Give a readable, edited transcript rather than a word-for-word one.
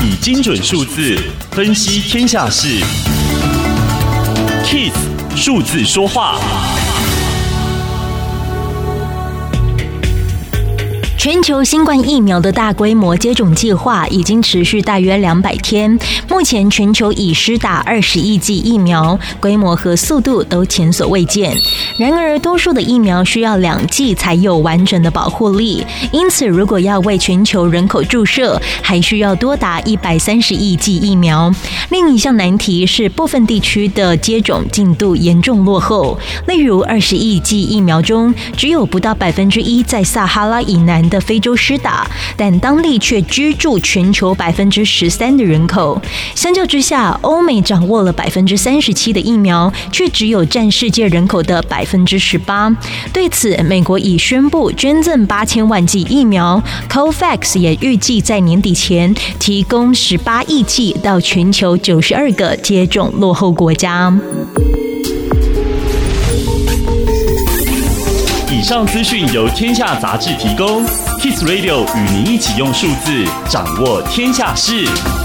以精准数字分析天下事。Kiss 数字说话。 全球新冠疫苗的大规模接种计划已经持续大约200天，目前全球已施打20亿剂疫苗，规模和速度都前所未见。然而，多数的疫苗需要2剂才有完整的保护力，因此如果要为全球人口注射，还需要多达130亿剂疫苗。另一项难题是部分地区的接种进度严重落后，例如20亿剂疫苗中，只有不到1%在撒哈拉以南的非洲施打，但当地却居住全球13%的人口。相较之下，欧美掌握了37%的疫苗，却只有占世界人口的18%。对此，美国已宣布捐赠8000万剂疫苗 ，COVAX 也预计在年底前提供18亿剂到全球92个接种落后国家。 以上资讯由天下杂志提供 ，Kiss Radio 与您一起用数字掌握天下事。